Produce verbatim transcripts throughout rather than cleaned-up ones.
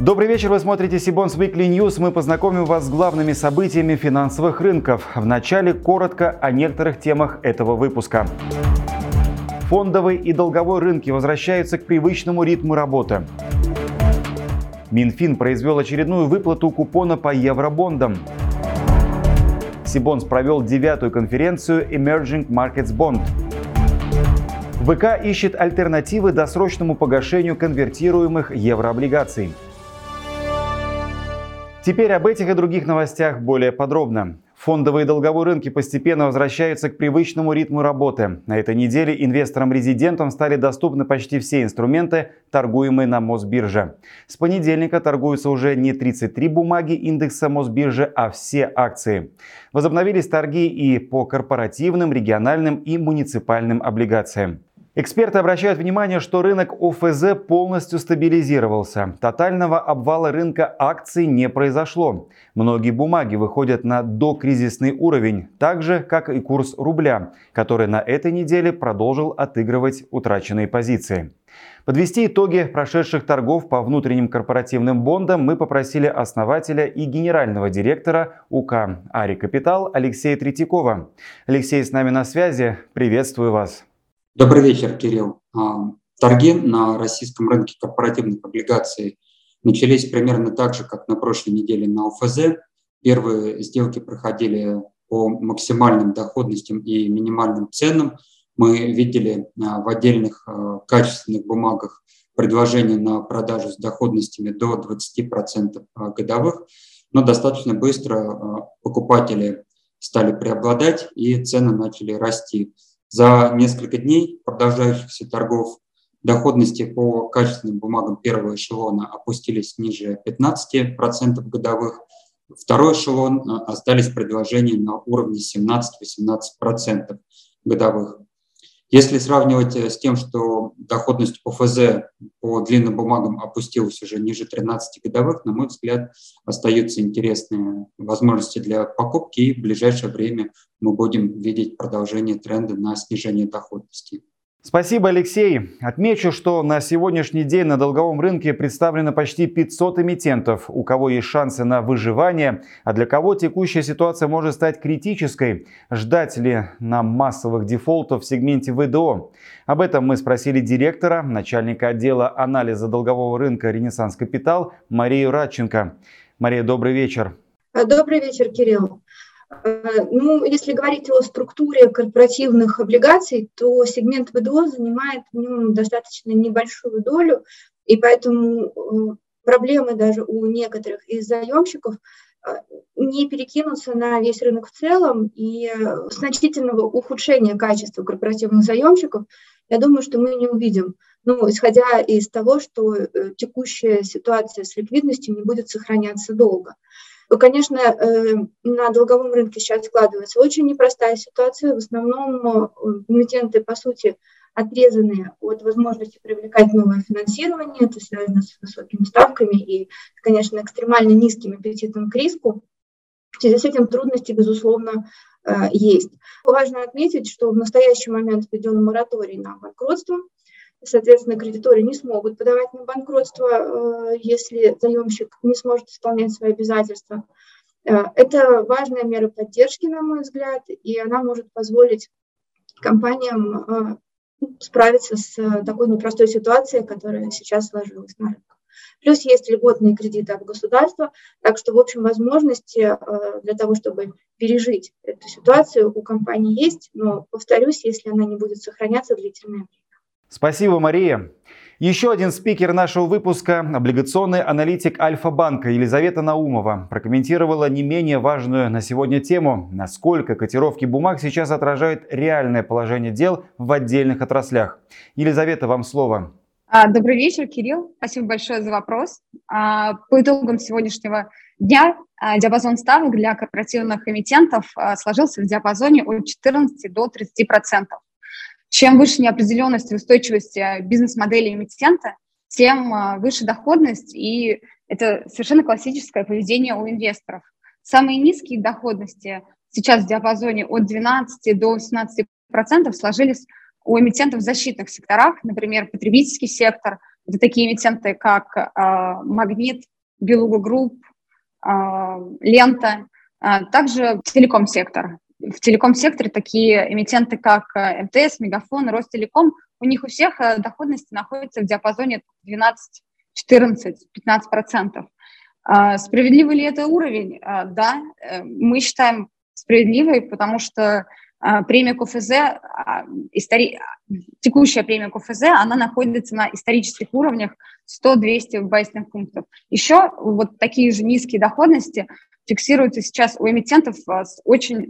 Добрый вечер, вы смотрите Сибонс Weekly News. Мы познакомим вас с главными событиями финансовых рынков. Вначале коротко о некоторых темах этого выпуска. Фондовый и долговой рынки возвращаются к привычному ритму работы. Минфин произвел очередную выплату купона по евробондам. Сибонс провел девятую конференцию Emerging Markets Bond. ВК ищет альтернативы досрочному погашению конвертируемых еврооблигаций. Теперь об этих и других новостях более подробно. Фондовые и долговые рынки постепенно возвращаются к привычному ритму работы. На этой неделе инвесторам-резидентам стали доступны почти все инструменты, торгуемые на Мосбирже. С понедельника торгуются уже не тридцать три бумаги индекса Мосбиржи, а все акции. Возобновились торги и по корпоративным, региональным и муниципальным облигациям. Эксперты обращают внимание, что рынок О Ф З полностью стабилизировался. Тотального обвала рынка акций не произошло. Многие бумаги выходят на докризисный уровень, так же, как и курс рубля, который на этой неделе продолжил отыгрывать утраченные позиции. Подвести итоги прошедших торгов по внутренним корпоративным бондам мы попросили основателя и генерального директора УК Ари Капитал Алексея Третьякова. Алексей с нами на связи. Приветствую вас. Добрый вечер, Кирилл. Торги на российском рынке корпоративных облигаций начались примерно так же, как на прошлой неделе на О Ф З. Первые сделки проходили по максимальным доходностям и минимальным ценам. Мы видели в отдельных качественных бумагах предложения на продажу с доходностями до двадцати процентов годовых, но достаточно быстро покупатели стали преобладать и цены начали расти. За несколько дней продолжающихся торгов доходности по качественным бумагам первого эшелона опустились ниже пятнадцати процентов годовых. Второй эшелон остались предложения на уровне семнадцати-восемнадцати процентов годовых. Если сравнивать с тем, что доходность О Ф З по длинным бумагам опустилась уже ниже тринадцати годовых, на мой взгляд, остаются интересные возможности для покупки, и в ближайшее время мы будем видеть продолжение тренда на снижение доходности. Спасибо, Алексей. Отмечу, что на сегодняшний день на долговом рынке представлено почти пятьсот эмитентов, у кого есть шансы на выживание, а для кого текущая ситуация может стать критической. Ждать ли нам массовых дефолтов в сегменте В Д О? Об этом мы спросили директора, начальника отдела анализа долгового рынка «Ренессанс Капитал» Марию Радченко. Мария, добрый вечер. Добрый вечер, Кирилл. Ну, если говорить о структуре корпоративных облигаций, то сегмент В Д О занимает в нем достаточно небольшую долю, и поэтому проблемы даже у некоторых из заемщиков не перекинутся на весь рынок в целом, и значительного ухудшения качества корпоративных заемщиков, я думаю, что мы не увидим. Ну, исходя из того, что текущая ситуация с ликвидностью не будет сохраняться долго. Конечно, на долговом рынке сейчас складывается очень непростая ситуация. В основном эмитенты, по сути, отрезаны от возможности привлекать новое финансирование. Это связано с высокими ставками и, конечно, экстремально низким аппетитом к риску. В связи с этим трудности, безусловно, есть. Важно отметить, что в настоящий момент введен мораторий на банкротство. Соответственно, кредиторы не смогут подавать на банкротство, если заемщик не сможет исполнять свои обязательства. Это важная мера поддержки, на мой взгляд, и она может позволить компаниям справиться с такой непростой ситуацией, которая сейчас сложилась на рынке. Плюс есть льготные кредиты от государства, так что, в общем, возможности для того, чтобы пережить эту ситуацию, у компании есть, но, повторюсь, если она не будет сохраняться длительное время. Спасибо, Мария. Еще один спикер нашего выпуска, облигационный аналитик Альфа-банка Елизавета Наумова, прокомментировала не менее важную на сегодня тему, насколько котировки бумаг сейчас отражают реальное положение дел в отдельных отраслях. Елизавета, вам слово. Добрый вечер, Кирилл. Спасибо большое за вопрос. По итогам сегодняшнего дня диапазон ставок для корпоративных эмитентов сложился в диапазоне от четырнадцати до тридцати процентов. Чем выше неопределенность и устойчивость бизнес-модели эмитента, тем выше доходность, и это совершенно классическое поведение у инвесторов. Самые низкие доходности сейчас в диапазоне от двенадцати до восемнадцати процентов сложились у эмитентов в защитных секторах, например, потребительский сектор. Это такие эмитенты, как э, Магнит, Белуга Групп, Лента, также телеком-сектор. В телеком-секторе такие эмитенты, как эм тэ эс, Мегафон, Ростелеком, у них у всех доходности находятся в диапазоне двенадцать, четырнадцать, пятнадцать процентов. Справедливый ли это уровень? Да, мы считаем справедливой, потому что премия КФЗ, истори... текущая премия КФЗ, она находится на исторических уровнях сто-двести базисных пунктов. Еще вот такие же низкие доходности фиксируются сейчас у эмитентов с очень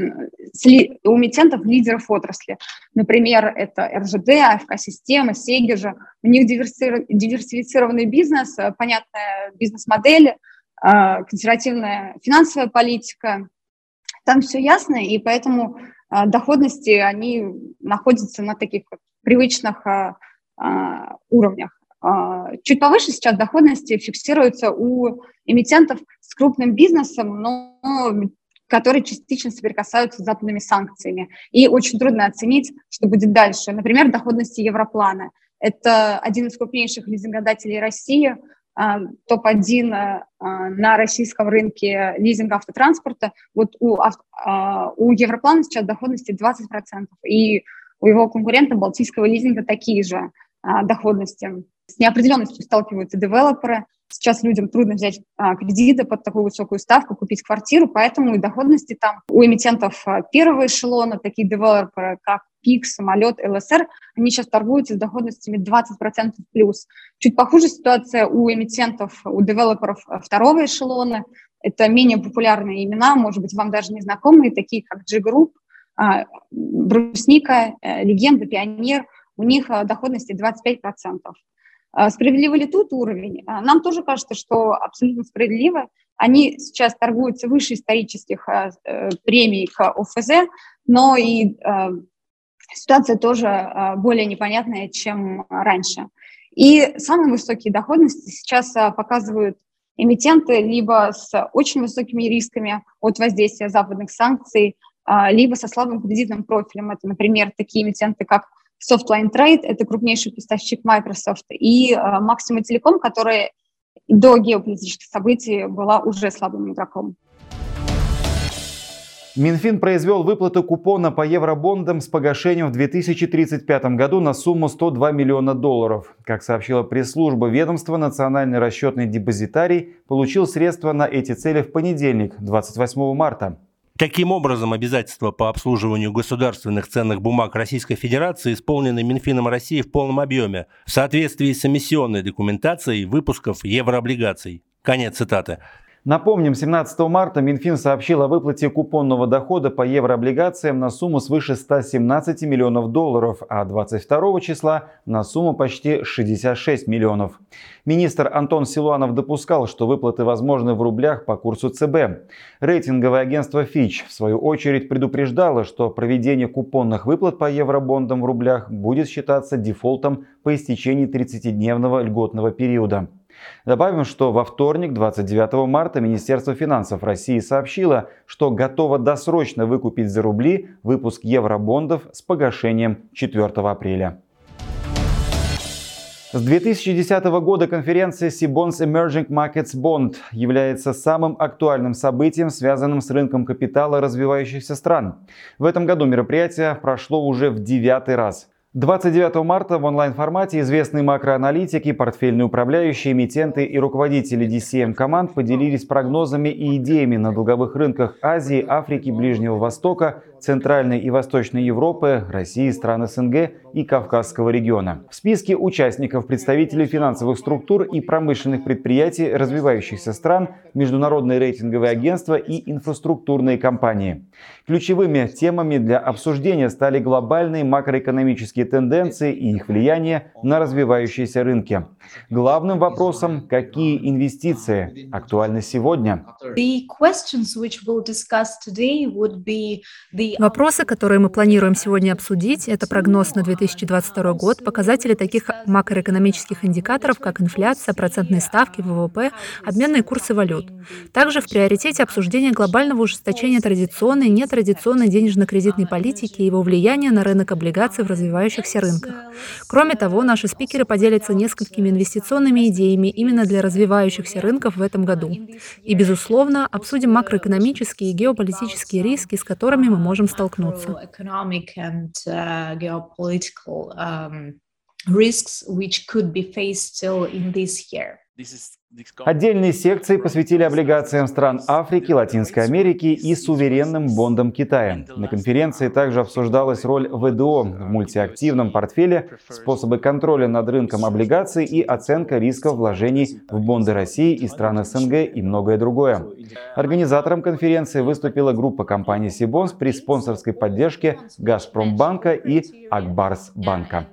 у эмитентов лидеров отрасли. Например, это эр жэ дэ, а эф ка-система, Сегежа. У них диверсифицированный бизнес, понятная бизнес-модель, консервативная финансовая политика. Там все ясно, и поэтому доходности, они находятся на таких привычных уровнях. Чуть повыше сейчас доходности фиксируются у эмитентов с крупным бизнесом, но которые частично соприкасаются с западными санкциями. И очень трудно оценить, что будет дальше. Например, доходности Европлана. Это один из крупнейших лизингодателей России, топ один на российском рынке лизинга автотранспорта. Вот у, у Европлана сейчас доходности двадцать процентов, и у его конкурента балтийского лизинга такие же доходности. С неопределенностью сталкиваются девелоперы. Сейчас людям трудно взять а, кредиты под такую высокую ставку, купить квартиру, поэтому и доходности там у эмитентов а, первого эшелона, такие девелоперы, как ПИК, Самолет, эл эс эр, они сейчас торгуются с доходностями двадцать процентов плюс. Чуть похуже ситуация у эмитентов, у девелоперов второго эшелона. Это менее популярные имена, может быть, вам даже незнакомые, такие как джи групп, а, Брусника, а, Легенда, Пионер. У них а, доходности двадцать пять процентов. Справедливо ли тут уровень? Нам тоже кажется, что абсолютно справедливо. Они сейчас торгуются выше исторических э, премий к о эф зэ, но и э, ситуация тоже э, более непонятная, чем раньше. И самые высокие доходности сейчас э, показывают эмитенты либо с очень высокими рисками от воздействия западных санкций, э, либо со слабым кредитным профилем. Это, например, такие эмитенты, как Softline Trade, это крупнейший поставщик Microsoft, и э, Maxima Telecom, которая до геополитических событий была уже слабым игроком. Минфин произвел выплату купона по евробондам с погашением в две тысячи тридцать пятом году на сумму сто два миллиона долларов. Как сообщила пресс-служба ведомства, Национальный расчетный депозитарий получил средства на эти цели в понедельник, двадцать восьмого марта. Таким образом, обязательства по обслуживанию государственных ценных бумаг Российской Федерации исполнены Минфином России в полном объеме, в соответствии с эмиссионной документацией выпусков еврооблигаций. Конец цитаты. Напомним, семнадцатого марта Минфин сообщил о выплате купонного дохода по еврооблигациям на сумму свыше ста семнадцати миллионов долларов, а двадцать второго числа на сумму почти шестьдесят шесть миллионов. Министр Антон Силуанов допускал, что выплаты возможны в рублях по курсу цэ бэ. Рейтинговое агентство Fitch, в свою очередь, предупреждало, что проведение купонных выплат по евробондам в рублях будет считаться дефолтом по истечении тридцатидневного льготного периода. Добавим, что во вторник, двадцать девятого марта, Министерство финансов России сообщило, что готово досрочно выкупить за рубли выпуск евробондов с погашением четвёртого апреля. С две тысячи десятого года конференция Cbonds Emerging Markets Bond является самым актуальным событием, связанным с рынком капитала развивающихся стран. В этом году мероприятие прошло уже в девятый раз. двадцать девятого марта в онлайн-формате известные макроаналитики, портфельные управляющие, эмитенты и руководители ди си эм-команд поделились прогнозами и идеями на долговых рынках Азии, Африки, Ближнего Востока, Центральной и Восточной Европы, России, стран эс эн гэ и Кавказского региона. В списке участников представители финансовых структур и промышленных предприятий развивающихся стран, международные рейтинговые агентства и инфраструктурные компании. Ключевыми темами для обсуждения стали глобальные макроэкономические тенденции и их влияние на развивающиеся рынки. Главным вопросом, какие инвестиции актуальны сегодня. Вопросы, которые мы планируем сегодня обсудить, это прогноз на две тысячи двадцать второй год, показатели таких макроэкономических индикаторов, как инфляция, процентные ставки, вэ вэ пэ, обменные курсы валют. Также в приоритете обсуждение глобального ужесточения традиционной и нетрадиционной денежно-кредитной политики и его влияния на рынок облигаций в развивающихся развивающихся рынках. Кроме того, наши спикеры поделятся несколькими инвестиционными идеями именно для развивающихся рынков в этом году. И, безусловно, обсудим макроэкономические и геополитические риски, с которыми мы можем столкнуться. Отдельные секции посвятили облигациям стран Африки, Латинской Америки и суверенным бондам Китая. На конференции также обсуждалась роль вэ дэ о в мультиактивном портфеле, способы контроля над рынком облигаций и оценка рисков вложений в бонды России и стран эс эн гэ и многое другое. Организатором конференции выступила группа компаний Сибонс при спонсорской поддержке Газпромбанка и Акбарсбанка.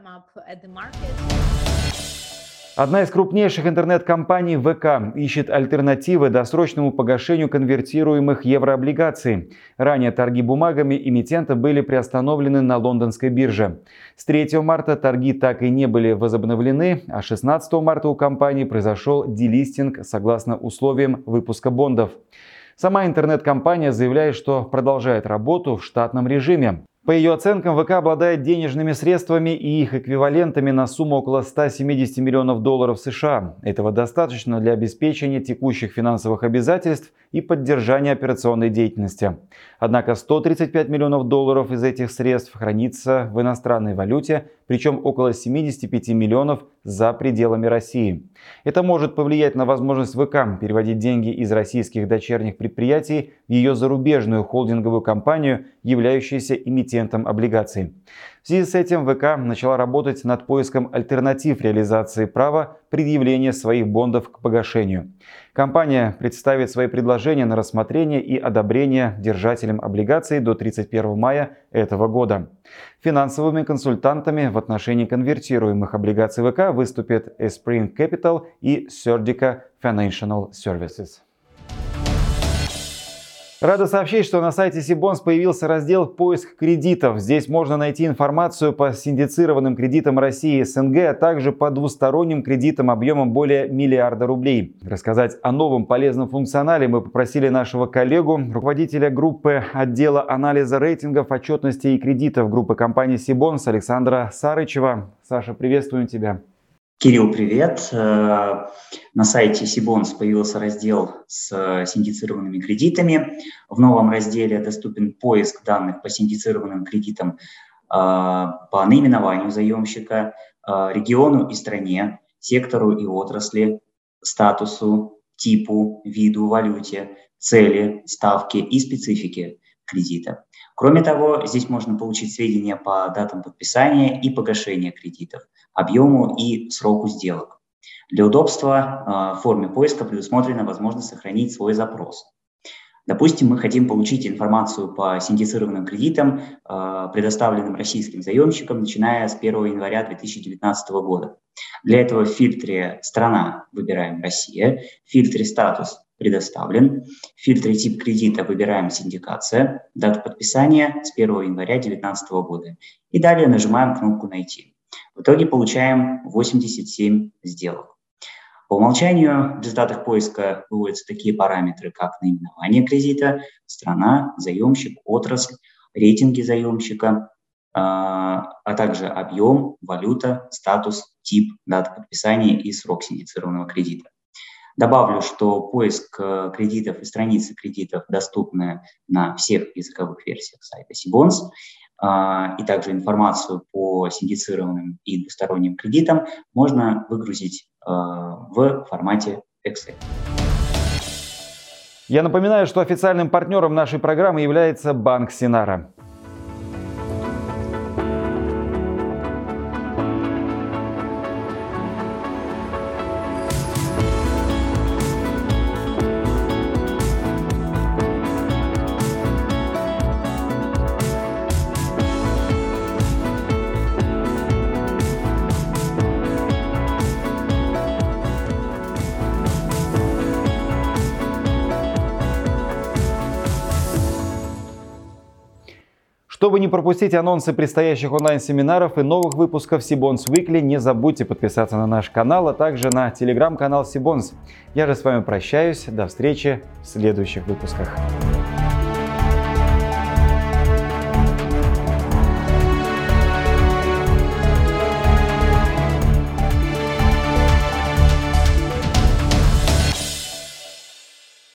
Одна из крупнейших интернет-компаний вэ ка ищет альтернативы досрочному погашению конвертируемых еврооблигаций. Ранее торги бумагами эмитента были приостановлены на лондонской бирже. С третьего марта торги так и не были возобновлены, а шестнадцатого марта у компании произошел делистинг согласно условиям выпуска бондов. Сама интернет-компания заявляет, что продолжает работу в штатном режиме. По ее оценкам, вэ ка обладает денежными средствами и их эквивалентами на сумму около ста семидесяти миллионов долларов США. Этого достаточно для обеспечения текущих финансовых обязательств и поддержания операционной деятельности. Однако сто тридцать пять миллионов долларов из этих средств хранится в иностранной валюте, причем около семидесяти пяти миллионов за пределами России. Это может повлиять на возможность вэ ка переводить деньги из российских дочерних предприятий в ее зарубежную холдинговую компанию, являющуюся эмитентом облигаций. В связи с этим вэ ка начала работать над поиском альтернатив реализации права предъявления своих бондов к погашению. Компания представит свои предложения на рассмотрение и одобрение держателям облигаций до тридцать первого мая этого года. Финансовыми консультантами в отношении конвертируемых облигаций вэ ка выступят Espring Capital и Serdica Financial Services. Рада сообщить, что на сайте Сибонс появился раздел «Поиск кредитов». Здесь можно найти информацию по синдицированным кредитам России и эс эн гэ, а также по двусторонним кредитам объемом более миллиарда рублей. Рассказать о новом полезном функционале мы попросили нашего коллегу, руководителя группы отдела анализа рейтингов, отчетности и кредитов группы компании Сибонс Александра Сарычева. Саша, приветствуем тебя. Кирилл, привет. На сайте Сибонс появился раздел с синдицированными кредитами. В новом разделе доступен поиск данных по синдицированным кредитам по наименованию заемщика, региону и стране, сектору и отрасли, статусу, типу, виду, валюте, цели, ставке и специфике кредита. Кроме того, здесь можно получить сведения по датам подписания и погашения кредитов, объему и сроку сделок. Для удобства в форме поиска предусмотрена возможность сохранить свой запрос. Допустим, мы хотим получить информацию по синдицированным кредитам, предоставленным российским заемщикам, начиная с первого января две тысячи девятнадцатого года. Для этого в фильтре «Страна» выбираем «Россия», в фильтре «Статус» предоставлен, в фильтре «Тип кредита» выбираем «Синдикация», дата подписания с первого января две тысячи девятнадцатого года. И далее нажимаем кнопку «Найти». В итоге получаем восемьдесят семь сделок. По умолчанию в результатах поиска выводятся такие параметры, как наименование кредита, страна, заемщик, отрасль, рейтинги заемщика, а также объем, валюта, статус, тип, дата подписания и срок синдицированного кредита. Добавлю, что поиск кредитов и страницы кредитов доступны на всех языковых версиях сайта Сибонс. И также информацию по синдицированным и двусторонним кредитам можно выгрузить в формате Excel. Я напоминаю, что официальным партнером нашей программы является Банк Синара. Чтобы не пропустить анонсы предстоящих онлайн-семинаров и новых выпусков Сибонс Weekly, не забудьте подписаться на наш канал, а также на телеграм-канал Сибонс. Я же с вами прощаюсь. До встречи в следующих выпусках.